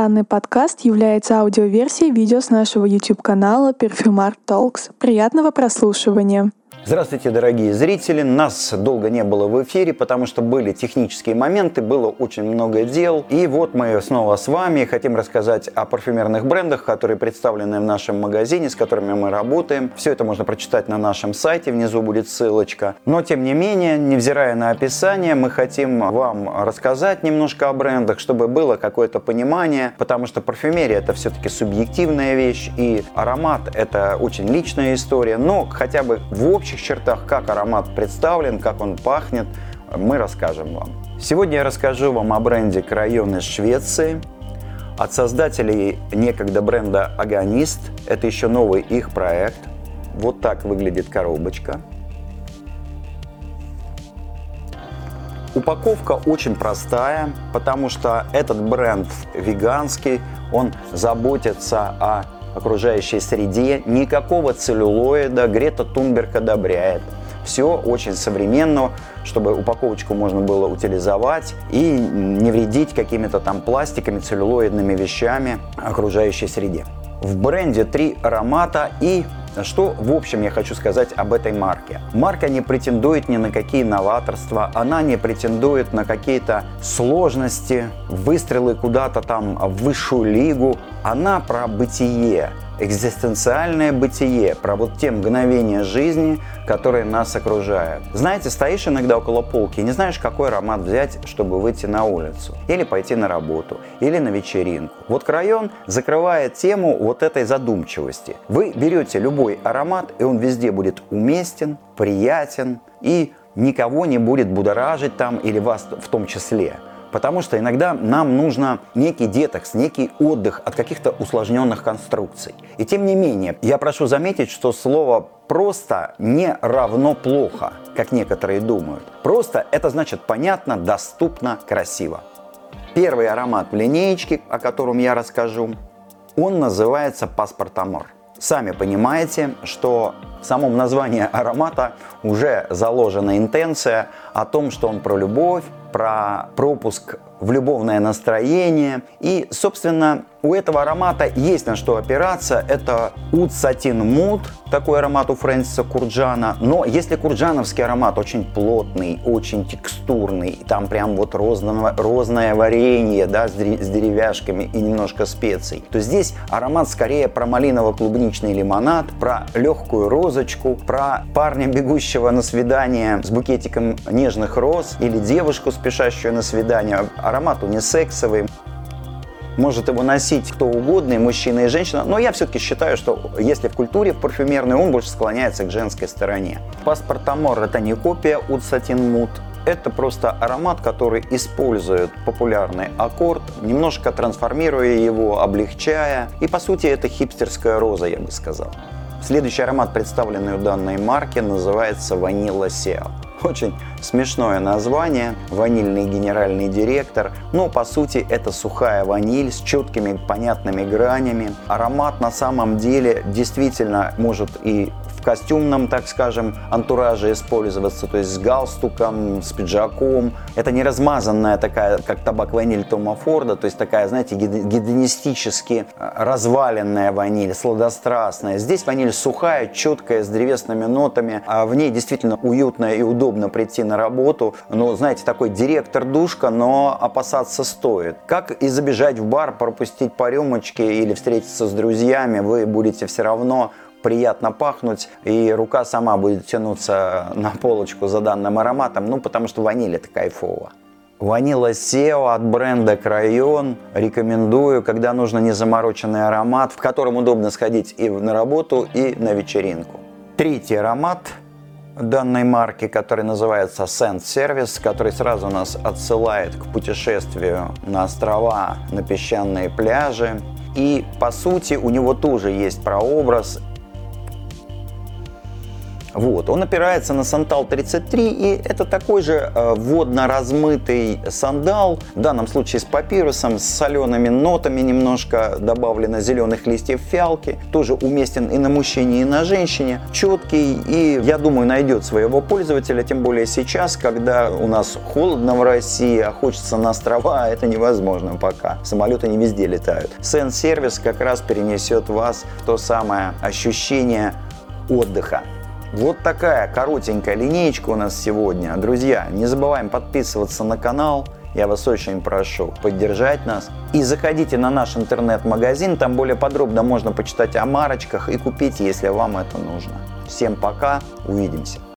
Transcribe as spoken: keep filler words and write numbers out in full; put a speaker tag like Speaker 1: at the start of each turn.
Speaker 1: Данный подкаст является аудиоверсией видео с нашего YouTube-канала Perfumart Talks. Приятного прослушивания!
Speaker 2: Здравствуйте, дорогие зрители! Нас долго не было в эфире, потому что были технические моменты, было очень много дел. И вот мы снова с вами хотим рассказать о парфюмерных брендах, которые представлены в нашем магазине, с которыми мы работаем. Все это можно прочитать на нашем сайте, внизу будет ссылочка. Но, тем не менее, невзирая на описание, мы хотим вам рассказать немножко о брендах, чтобы было какое-то понимание, потому что парфюмерия – это все-таки субъективная вещь, и аромат – это очень личная история, но хотя бы в общем В общих чертах, как аромат представлен, как он пахнет, мы расскажем вам. Сегодня я расскажу вам о бренде Крайон из Швеции, от создателей некогда бренда Agonist. Это еще новый их проект. Вот так выглядит коробочка. Упаковка очень простая, потому что этот бренд веганский, он заботится о окружающей среде, никакого целлюлоида, Грета Тунберг одобряет. Все очень современно, чтобы упаковочку можно было утилизовать и не вредить какими-то там пластиками, целлюлоидными вещами окружающей среде. В бренде три аромата. И что в общем я хочу сказать об этой марке. Марка не претендует ни на какие новаторства, она не претендует на какие-то сложности, выстрелы куда-то там в высшую лигу. Она про бытие, экзистенциальное бытие, про вот те мгновения жизни, которые нас окружают. Знаете, стоишь иногда около полки и не знаешь, какой аромат взять, чтобы выйти на улицу, или пойти на работу, или на вечеринку. Вот Крайон закрывает тему вот этой задумчивости. Вы берете любой аромат, и он везде будет уместен, приятен, и никого не будет будоражить там, или вас в том числе. Потому что иногда нам нужно некий детокс, некий отдых от каких-то усложненных конструкций. И тем не менее, я прошу заметить, что слово «просто» не равно «плохо», как некоторые думают. «Просто» — это значит понятно, доступно, красиво. Первый аромат в линеечке, о котором я расскажу, он называется «Паспорт Амор». Сами понимаете, что в самом названии аромата уже заложена интенция о том, что он про любовь, про пропуск в любовное настроение. И, собственно, у этого аромата есть на что опираться. Это Oud Satin Mood, такой аромат у Фрэнсиса Курджана. Но если курджановский аромат очень плотный, очень текстурный, там прям вот розное, розное варенье, да, с деревяшками и немножко специй, то здесь аромат скорее про малиново-клубничный лимонад, про легкую розочку, про парня, бегущего на свидание с букетиком нежных роз, или девушку, спешащую на свидание. Аромат унисексовый. Может его носить кто угодно, и мужчина, и женщина. Но я все-таки считаю, что если в культуре, в парфюмерной, он больше склоняется к женской стороне. Паспорт Амор — это не копия Oud Satin Mood. Это просто аромат, который использует популярный аккорд, немножко трансформируя его, облегчая. И по сути это хипстерская роза, я бы сказал. Следующий аромат, представленный у данной марки, называется Vanilla Seo. Очень смешное название, ванильный генеральный директор, но по сути это сухая ваниль с четкими понятными гранями. Аромат на самом деле действительно может и в костюмном, так скажем, антураже использоваться, то есть с галстуком, с пиджаком. Это не размазанная такая, как табак ваниль Тома Форда, то есть такая, знаете, гедонистически разваленная ваниль, сладострастная. Здесь ваниль сухая, четкая, с древесными нотами, а в ней действительно уютно и удобно прийти на работу. Ну, знаете, такой директор-душка, но опасаться стоит. Как и забежать в бар, пропустить по рюмочке или встретиться с друзьями, вы будете все равно приятно пахнуть, и рука сама будет тянуться на полочку за данным ароматом, ну, потому что ваниль — это кайфово. Vanilla Seo от бренда Крайон рекомендую, когда нужно незамороченный аромат, в котором удобно сходить и на работу, и на вечеринку. Третий аромат данной марки, который называется Scent Service, который сразу нас отсылает к путешествию на острова, на песчаные пляжи. И по сути у него тоже есть прообраз. Вот. Он опирается на Сантал тридцать три, и это такой же э, водно-размытый сандал, в данном случае с папирусом, с солеными нотами, немножко добавлено зеленых листьев фиалки, тоже уместен и на мужчине, и на женщине, четкий, и, я думаю, найдет своего пользователя, тем более сейчас, когда у нас холодно в России, а хочется на острова, это невозможно пока, самолеты не везде летают. Сенс-сервис как раз перенесет вас в то самое ощущение отдыха. Вот такая коротенькая линеечка у нас сегодня. Друзья, не забываем подписываться на канал. Я вас очень прошу поддержать нас. И заходите на наш интернет-магазин. Там более подробно можно почитать о марочках и купить, если вам это нужно. Всем пока. Увидимся.